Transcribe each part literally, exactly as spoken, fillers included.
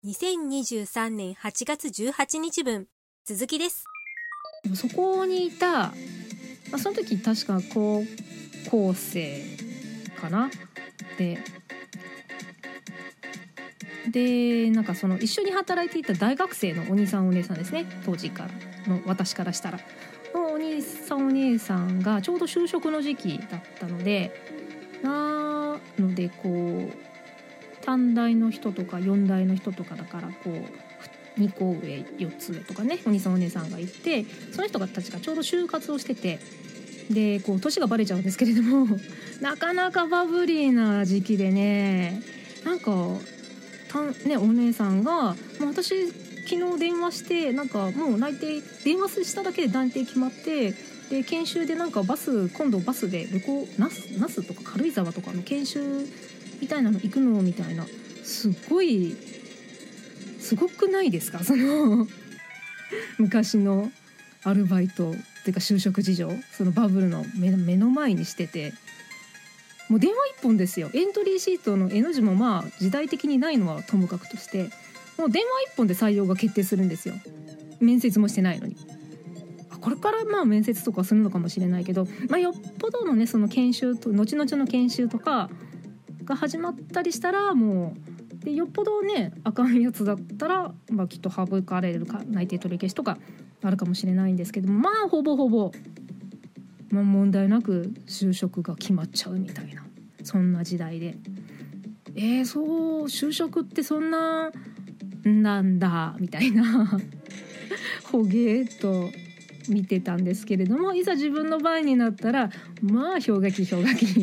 にせんにじゅうさんねんはちがつじゅうはちにち分、続きです。 そこにいた、まあ、その時確か高校生かなででなんかその一緒に働いていた大学生のお兄さんお姉さんですね、当時からの私からしたらのお兄さんお姉さんがちょうど就職の時期だったのでなのでこう短大の人とか四大の人とかだからこうにこ上よっつ上とかね、お兄さんお姉さんがいて、その人たちがちょうど就活をしてて、でこう年がバレちゃうんですけれどもなかなかバブリーな時期でね、なんかた、ね、お姉さんが「もう私昨日電話してなんかもう内定電話しただけで内定決まって、で研修でなんかバス今度バスで向こう那須那須とか軽井沢とかの研修みたいなの行くの」みたいな、すごいすごくないですか、その昔のアルバイトっていうか就職事情、そのバブルの 目, 目の前にしてて、もう電話一本ですよ。エントリーシートの エヌ 字もまあ時代的にないのはともかくとして、もう電話一本で採用が決定するんですよ。面接もしてないのに。これからまあ面接とかするのかもしれないけど、まあ、よっぽどのねその研修と後々の研修とかが始まったりしたら、もうでよっぽどねあかんやつだったら、まあ、きっと省かれるか内定取り消しとかあるかもしれないんですけども、まあほぼほぼ、まあ、問題なく就職が決まっちゃうみたいな、そんな時代で、えー、そう就職ってそんななんだみたいなほげーっと見てたんですけれども、いざ自分の番になったらまあ氷河期氷河期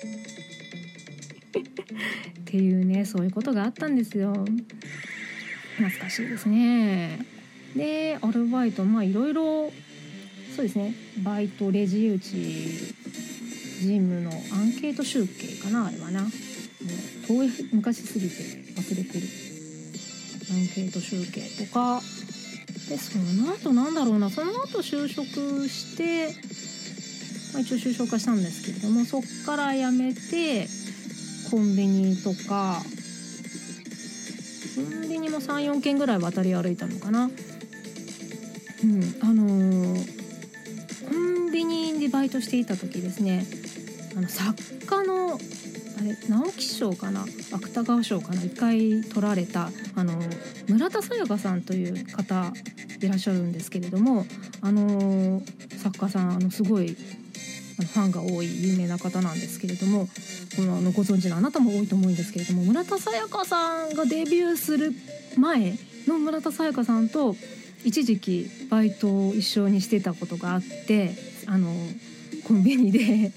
っていうね、そういうことがあったんですよ。懐かしいですね。でアルバイトまあいろいろそうですね、バイトレジ打ち事務のアンケート集計かな、あれはな、もう遠い昔すぎて忘れてるアンケート集計とかで、その後なんだろうな、その後就職して、まあ、一応就職はしたんですけれども、そっから辞めてコンビニとかコンビニも さん,よん 軒ぐらい渡り歩いたのかな。うんあのー、コンビニでバイトしていた時ですね、あの作家のあれ直木賞かな芥川賞かないっかい取られたあの村田沙耶香さんという方いらっしゃるんですけれども、あの作家さんあのすごいあのファンが多い有名な方なんですけれども、このあのご存知のあなたも多いと思うんですけれども、村田沙耶香さんがデビューする前の村田沙耶香さんと一時期バイトを一緒にしてたことがあって、あのコンビニで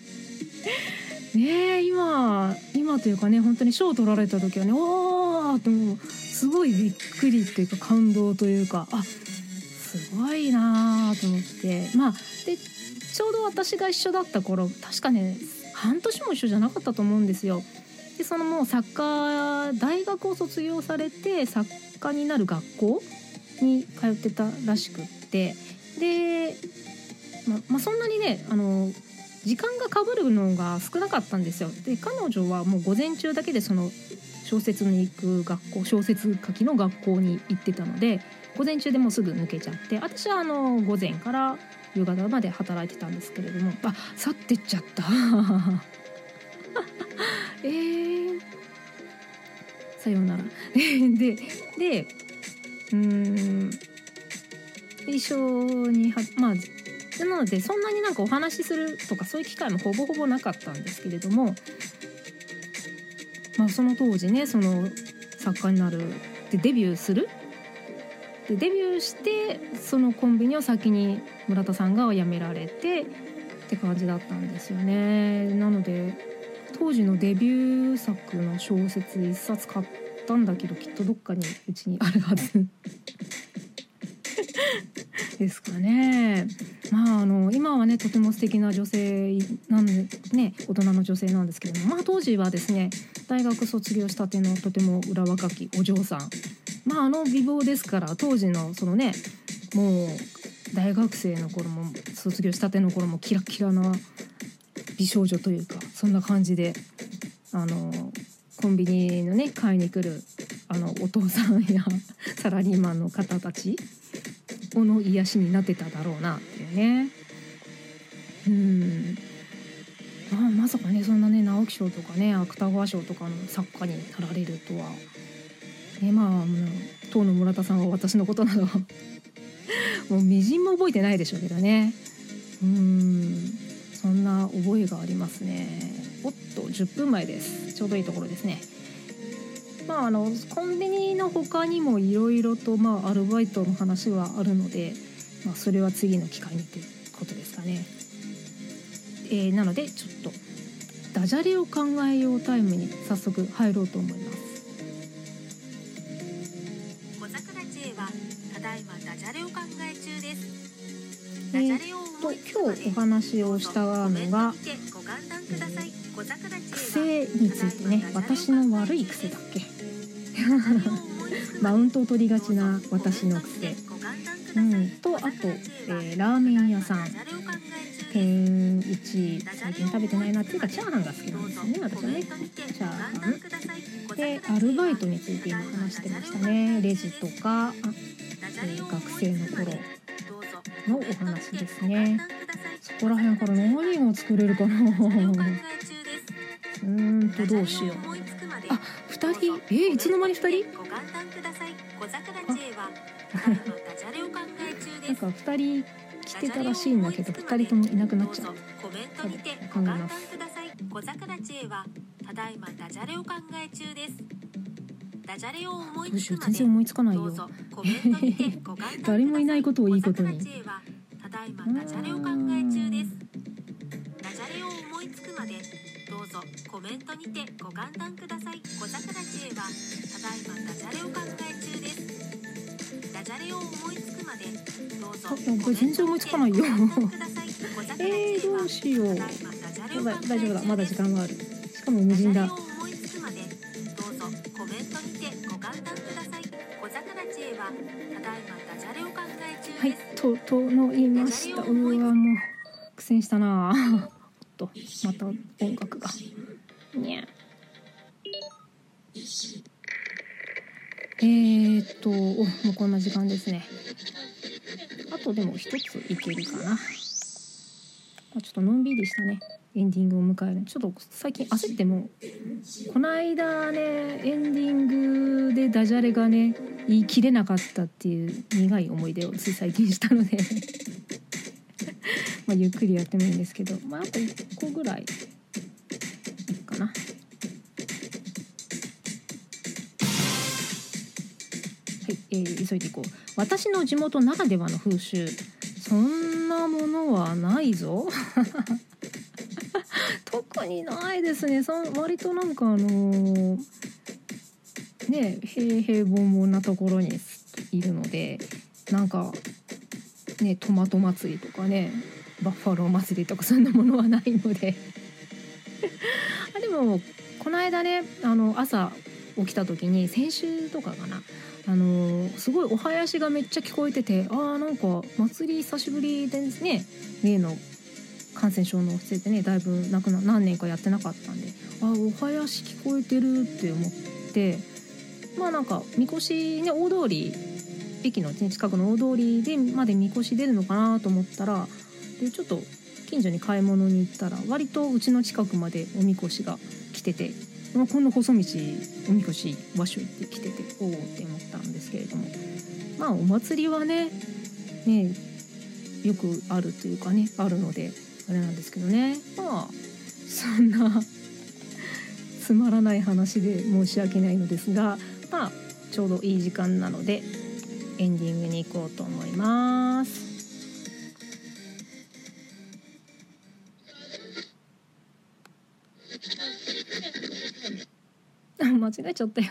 ね、今今というかね、本当に賞を取られた時はね、おーってもうすごいびっくりというか感動というか、あすごいなと思って、まあでちょうど私が一緒だった頃、確かね半年も一緒じゃなかったと思うんですよ。でそのもう作家大学を卒業されて作家になる学校に通ってたらしくって、で、ままあ、そんなにねあの時間が被るのが少なかったんですよ。で彼女はもう午前中だけでその小説に行く学校、小説書きの学校に行ってたので、午前中でもうすぐ抜けちゃって、私はあの午前から夕方まで働いてたんですけれども、あ去ってっちゃったえー、さようならででうーん一緒にはまあなのでそんなになんかお話しするとかそういう機会もほぼほぼなかったんですけれども、まあ、その当時ねその作家になるでデビューするでデビューしてそのコンビニを先に村田さんが辞められてって感じだったんですよね。なので当時のデビュー作の小説一冊買ったんだけど、きっとどっかにうちにあるはずですかね。まああの今はねとても素敵な女性なんでね、大人の女性なんですけれども、まあ当時はですね大学卒業したてのとても裏若きお嬢さん、まああの美貌ですから、当時のそのねもう大学生の頃も卒業したての頃もキラキラな美少女というか、そんな感じであのコンビニのね買いに来るあのお父さんやサラリーマンの方たちの癒しになってただろうなっていうね。うんあまさかねそんなね直木賞とかね芥川賞とかの作家になられるとは、ね、まあもう当の村田さんは私のことなどもうみじんも覚えてないでしょうけどね。うんそんな覚えがありますね。おっとじゅっぷんまえです。ちょうどいいところですね。まああのコンビニの他にもいろいろとまあアルバイトの話はあるので、まあ、それは次の機会にということですかね。えー、なのでちょっとダジャレを考えようタイムに早速入ろうと思います。 小桜知恵はただいまダジャレを考え中です。 えー、っと今日お話をしたのが癖についてね。私の悪い癖だっけマウントを取りがちな私の癖、うん、とあと、えー、ラーメン屋さん天一最近食べてないなっていうかチャーハンが好きなんですよね私はね。チャーハンでアルバイトについて今話してましたね。レジとかあ、えー、学生の頃のお話ですね。そこら辺から何が作れるかなうーんとどうしよう。あ、ふたりえー、いつの間にふたりなんかふたり来てたらしいんだけどふたりともいなくなっちゃう。 コメントにてご感嘆ください。小桜知恵はただいまダジャレを考え中です。ダジャレを思いつくまで全然思いつかないよ。誰もいないことをいいことに。 ただいまダジャレを考え中です。ダジャレを思いつくまでどうぞコメントにてご感嘆ください。小桜知恵はただいまダジャレを考え中です。ダジャレを思いつくまでどうぞコメントにて全然思いつかないよえーどうしよう。まだ大丈夫だまだ時間がある。しかも無人だ。はい整いました。うわもう苦戦したなおっとまた音楽がにゃえーっとおもうこんな時間ですね。あとでも一ついけるかな。ちょっとのんびりしたねエンディングを迎える。ちょっと最近焦ってもこの間ねエンディングでダジャレがね言い切れなかったっていう苦い思い出をつい最近したのでまあゆっくりやってもいいんですけど、まああといっこぐらいいいかな。はい、えー、急いでいこう。私の地元ならではの風習、そんなものはないぞ特にないですね。そ割となんかあのー、ね平平凡凡なところにいるので、なんかねトマト祭りとかねバッファロー祭りとかそんなものはないのであでもこの間ねあの朝起きた時に先週とかかなあのすごいお囃子がめっちゃ聞こえてて、あーなんか祭り久しぶりですね。例の感染症のせいでねだいぶなくな何年かやってなかったんで、あお囃子聞こえてるって思って、まあなんかみこしね大通り駅の、ね、近くの大通りでまでみこし出るのかなと思ったら、でちょっと近所に買い物に行ったら割とうちの近くまでおみこしが来てて、まあ、こんな細道おみこし場所行ってきてておおって思ったんですけれども、まあお祭りはねねよくあるというかねあるのであれなんですけどね、まあそんなつまらない話で申し訳ないのですが、まあちょうどいい時間なのでエンディングに行こうと思います。間違えちゃったよ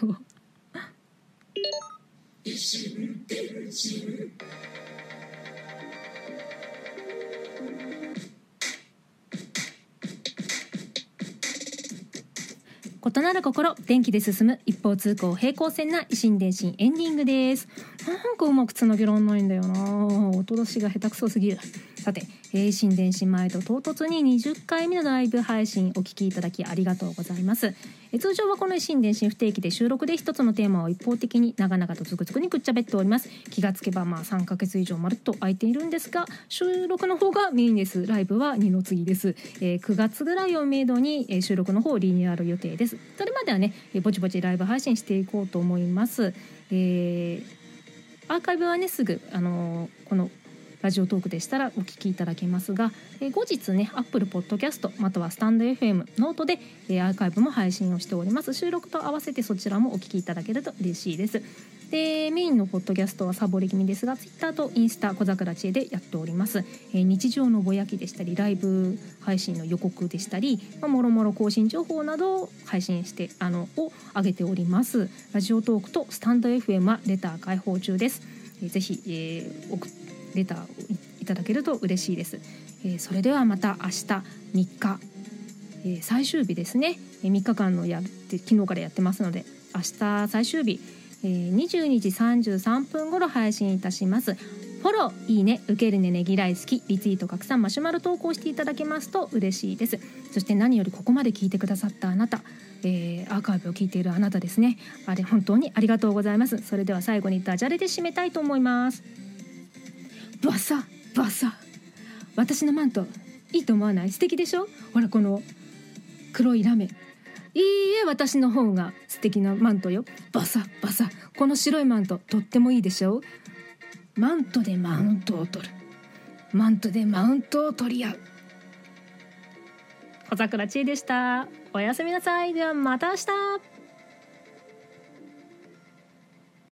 異なる心、電気で進む一方通行平行線な維新伝心エンディングです。なんかうまくつなげらんないんだよな、音出しが下手くそすぎる。 さて、えー、新電子前と唐突ににじゅっかいめのライブ配信お聞きいただきありがとうございます。えー、通常はこの新電子不定期で収録で一つのテーマを一方的に長々とつくつくにくっちゃべっております。気がつけばまあさんかげつ以上まるっと空いているんですが、収録の方がメインです。ライブはにの次です。えー、くがつぐらいをめどに、えー、収録の方リニューアル予定です。それまではね、えー、ぼちぼちライブ配信していこうと思います。えー、アーカイブはねすぐ、あのー、このラジオトークでしたらお聞きいただけますが、えー、後日ね Apple Podcast またはスタンド エフエム ノートで、えー、アーカイブも配信をしております。収録と合わせてそちらもお聞きいただけると嬉しいです。でメインのポッドキャストはサボり気味ですが Twitter とインスタ小桜知恵でやっております。えー、日常のぼやきでしたりライブ配信の予告でしたり、まあ、もろもろ更新情報などを配信してあのを上げております。ラジオトークとスタンド エフエム はレター開放中です。えー、ぜひ、えー、送ってレターをいただけると嬉しいです。えー、それではまた明日みっか、えー、最終日ですね。えー、みっかかんのやって昨日からやってますので明日最終日、えー、にじゅうにじさんじゅうさんぷん頃配信いたします。フォロー、いいね、受けるね、ねぎらい好き、リツイート、拡散、マシュマロ投稿していただけますと嬉しいです。そして何よりここまで聞いてくださったあなた、えー、アーカイブを聞いているあなたですね。あれ本当にありがとうございます。それでは最後にダジャレで締めたいと思います。バサバサ、私のマントいいと思わない？素敵でしょ？ほらこの黒いラメ、いいえ私の方が素敵なマントよ。バサバサ、この白いマントとってもいいでしょ？マントでマウントを取る、マントでマウントを取り合う。小桜知恵でした。おやすみなさい。ではまた明日。